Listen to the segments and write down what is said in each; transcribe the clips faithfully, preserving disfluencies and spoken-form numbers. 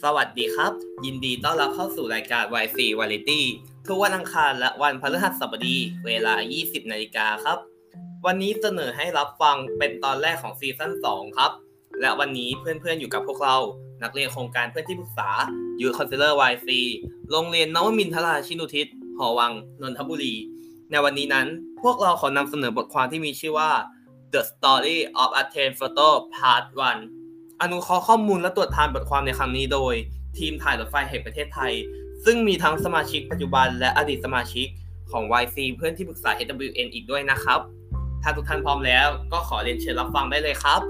วัสดีครับยินดีต้อนรับเข้าสู่รายการ วาย ซี Variety ทุกวันอังคารและวันพฤหัสบดีเวลา ยี่สิบนาฬิกาครับวันนี้เสนอให้รับฟังเป็นตอนแรกของซีซั่นสองครับและวันนี้เพื่อนๆอยู่กับพวกเรานักเรียนโครงการเพื่อนที่ปรึกษา Youth Counselor วาย ซี โรงเรียนนวมินทราชินูทิศหอวังนนทบุรีในวันนี้นั้นพวกเราขอนำเสนอบทความที่มีชื่อว่า The Story of Athens Photo Part วันอนุเคราะห์ข้อมูลและตรวจทานบทความในครั้งนี้โดยทีมถ่ายรถไฟแห่งประเทศไทยซึ่งมีทั้งสมาชิกปัจจุบันและอดีตสมาชิกของ วาย ซี เพื่อนที่ปรึกษา เอช ดับเบิลยู เอ็น อีกด้วยนะครับถ้าทุกท่านพร้อมแล้วก็ขอเรียนเชิญรับฟังได้เลยครับ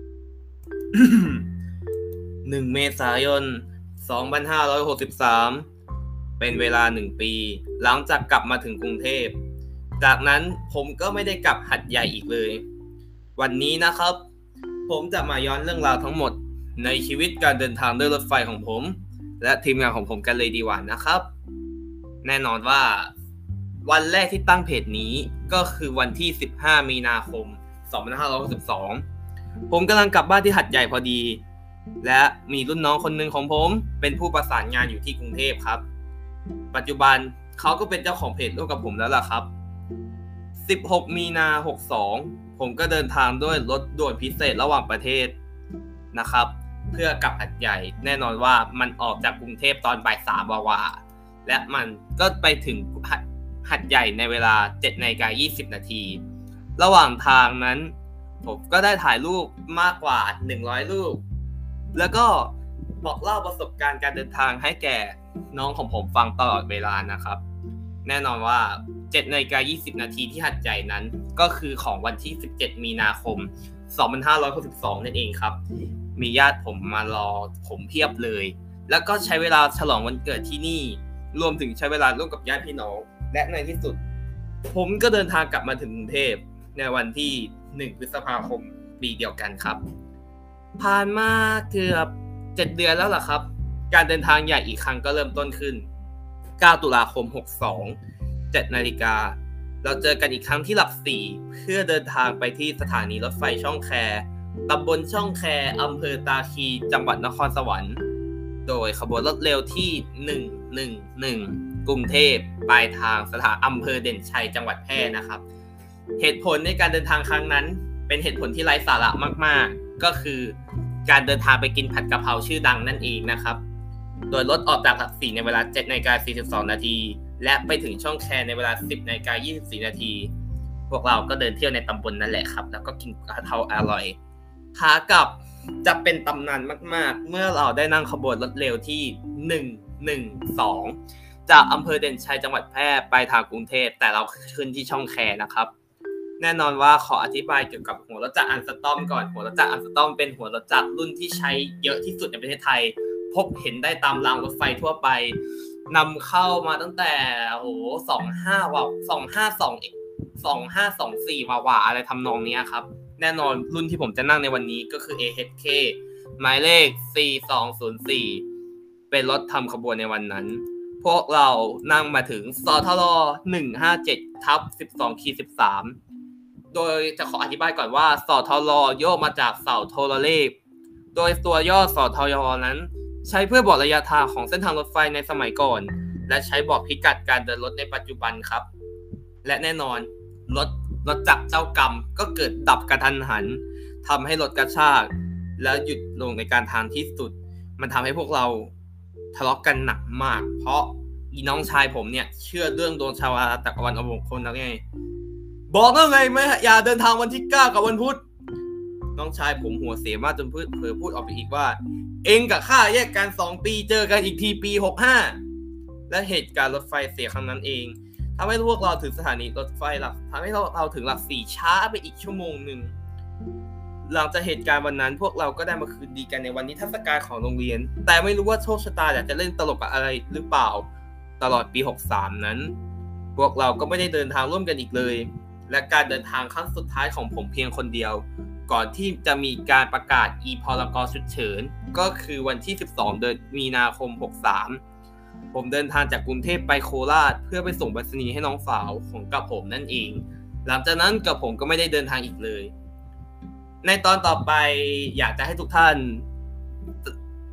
หนึ่ง เมษายน สองพันห้าร้อยหกสิบสาม เป็นเวลาหนึ่งปีหลังจากกลับมาถึงกรุงเทพจากนั้นผมก็ไม่ได้กลับหัดใหญ่อีกเลยวันนี้นะครับผมจะมาย้อนเรื่องราวทั้งหมดในชีวิตการเดินทางด้วยรถไฟของผมและทีมงานของผมกันเลยดีกว่านะครับแน่นอนว่าวันแรกที่ตั้งเพจนี้ก็คือวันที่สิบห้ามีนาคมสองพันห้าร้อยหกสิบสองผมกำลังกลับบ้านที่หัดใหญ่พอดีและมีรุ่นน้องคนหนึ่งของผมเป็นผู้ประสานงานอยู่ที่กรุงเทพครับปัจจุบันเขาก็เป็นเจ้าของเพจร่วมกับผมแล้วล่ะครับสิบหกมีนาหกสิบสองผมก็เดินทางด้วยรถด่วนพิเศษระหว่างประเทศนะครับเพื่อกลับหัดใหญ่แน่นอนว่ามันออกจากกรุงเทพตอนบ่ายสามวาและมันก็ไปถึงหัดใหญ่ในเวลา เจ็ดนาฬิกายี่สิบนาทีระหว่างทางนั้นผมก็ได้ถ่ายรูปมากกว่าหนึ่งร้อยรูปแล้วก็บอกเล่าประสบการณ์การเดินทางให้แก่น้องของผมฟังตลอดเวลานะครับแน่นอนว่าเจ็ดนาฬิกายี่สิบนาทีที่หัดใหญ่นั้นก็คือของวันที่สิบเจ็ดมีนาคมสองพันห้าร้อยหกสิบสองนั่นเองครับมีญาติผมมารอผมเพียบเลยแล้วก็ใช้เวลาฉลองวันเกิดที่นี่รวมถึงใช้เวลาร่วมกับญาติพี่น้องและในที่สุดผมก็เดินทางกลับมาถึงกรุงเทพในวันที่หนึ่งพฤษภาคมปีเดียวกันครับผ่านมาเกือบเจ็ดเดือนแล้วล่ะครับการเดินทางใหญ่อีกครั้งก็เริ่มต้นขึ้นเก้าตุลาคมหกสิบสอง เจ็ดนาฬิกาเราเจอกันอีกครั้งที่หลักสี่เพื่อเดินทางไปที่สถานีรถไฟช่องแคตำบลช่องแคอำเภอตาคีจังหวัดนครสวรรค์โดยขบวนรถเร็วที่หนึ่งหนึ่งหนึ่งกรุงเทพปลายทางสถานอำเภอเด่นชัยจังหวัดแพร่นะครับเหตุผลในการเดินทางครั้งนั้นเป็นเหตุผลที่ไร้สาระมากๆก็คือการเดินทางไปกินผัดกะเพราชื่อดังนั่นเองนะครับโดยรถออกจากหลักสี่ในเวลา เจ็ดนาฬิกาสี่สิบสองนาทีและไปถึงช่องแคในเวลา สิบนาฬิกายี่สิบสี่นาทีพวกเราก็เดินเที่ยวในตำบลนั่นแหละครับแล้วก็กินกะเพราอร่อยขากลับจะเป็นตำนานมากๆเมื่อเราได้นั่งขบวนรถเร็วที่หนึ่งหนึ่งสองจากอำเภอเด่นชัยจังหวัดแพร่ไปทางกรุงเทพแต่เราขึ้นที่ช่องแคนะครับแน่นอนว่าขออธิบายเกี่ยวกับหัวรถจักรอัลสตอมก่อนหัวรถจักรอัลสตอมเป็นหัวรถจักรรุ่นที่ใช้เยอะที่สุดในประเทศไทยพบเห็นได้ตามรางรถไฟทั่วไปนำเข้ามาตั้งแต่โอ้โหสองห้าว่าสองห้าสองสองห้าสองสี่ว่าว่าอะไรทำนองนี้ครับแน่นอนรุ่นที่ผมจะนั่งในวันนี้ก็คือ เอ เอช เค หมายเลขสี่สองศูนย์สี่เป็นรถทำขบวนในวันนั้นพวกเรานั่งมาถึงสทร หนึ่งห้าเจ็ด ทับ สิบสอง สิบสาม โดยจะขออธิบายก่อนว่าสทรย่อมาจากเสาโทรเลขโดยตัวย่อสทรนั้นใช้เพื่อบอกระยะทางของเส้นทางรถไฟในสมัยก่อนและใช้บอกพิกัดการเดินรถในปัจจุบันครับและแน่นอนรถรถจักรเจ้ากรรมก็เกิดดับกระทันหันทำให้รถกระชากแล้วหยุดลงในการทางที่สุดมันทำให้พวกเราทะเลาะกันหนักมากเพราะอีน้องชายผมเนี่ยเชื่อเรื่องดวงชะตาตะวันออกคนแล้วไงบอกแล้วไงไหมอย่าเดินทางวันที่เก้ากับวันพุธน้องชายผมหัวเสียมากจนพูดเผลอพูดออกไปอีกว่าเองกับข้าแยกกันสองปีเจอกันอีกทีปีหกสิบห้าและเหตุการณ์รถไฟเสียครั้งนั้นเองทำให้พวกเราถึงสถานีรถไฟหลักทำให้เราเราถึงหลักสี่ช้าไปอีกชั่วโมงหนึ่งหลังจากเหตุการณ์วันนั้นพวกเราก็ได้มาคืนดีกันในวันนิทรรศการของโรงเรียนแต่ไม่รู้ว่าโชคชะตาอยากจะเล่นตลกกับอะไรหรือเปล่าตลอดปีหกสิบสามนั้นพวกเราก็ไม่ได้เดินทางร่วมกันอีกเลยและการเดินทางครั้งสุดท้ายของผมเพียงคนเดียวก่อนที่จะมีการประกาศ อี พรก.ฉุกเฉินก็คือวันที่สิบสองเดือนมีนาคมหกสิบสามผมเดินทางจากกรุงเทพไปโคราชเพื่อไปส่งไปรษณีย์ให้น้องสาวของกับผมนั่นเองหลังจากนั้นกับผมก็ไม่ได้เดินทางอีกเลยในตอนต่อไปอยากจะให้ทุกท่าน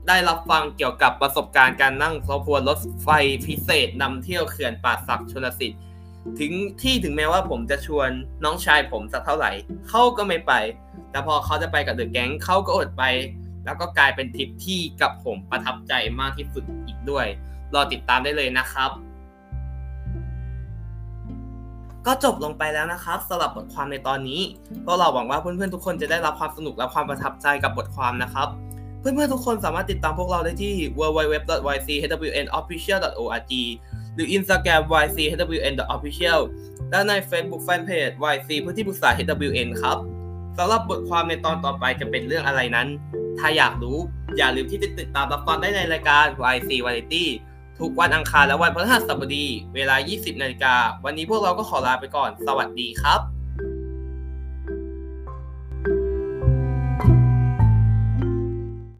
ได้รับฟังเกี่ยวกับประสบการณ์การนั่งขบวนรถไฟพิเศษนำเที่ยวเขื่อนป่าสักชลสิทธิ์ถึงที่ถึงแม้ว่าผมจะชวนน้องชายผมสักเท่าไหร่เขาก็ไม่ไปแต่พอเขาจะไปกับเดอะแก๊งเขาก็อดไปแล้วก็กลายเป็นทริปที่กับผมประทับใจมากที่สุดอีกด้วยรอติดตามได้เลยนะครับก็จบลงไปแล้วนะครับสำหรับบทความในตอนนี้พวกเราหวังว่าเพื่อนๆทุกคนจะได้รับความสนุกและความประทับใจกับบทความนะครับเพื่อนๆทุกคนสามารถติดตามพวกเราได้ที่ ดับเบิลยู ดับเบิลยู ดับเบิลยู ดอท วาย ซี เอช ดับเบิลยู เอ็น ออฟฟิเชียล ดอท โอ อาร์ จี หรือ Instagram วาย ซี เอช ดับเบิลยู เอ็น ออฟฟิเชียล และใน Facebook Fanpage วาย ซี พื้นที่ปรึกษา เอช ดับเบิลยู เอ็น ครับสำหรับบทความในตอนต่อไปจะเป็นเรื่องอะไรนั้นถ้าอยากรู้อย่าลืมที่จะติดตามรับฟังได้ในรายการ วาย ซี Variety ทุกวันอังคารและวันพฤหัสบดีเวลา ยี่สิบนาฬิกาวันนี้พวกเราก็ขอลาไปก่อนสวัสดีครับ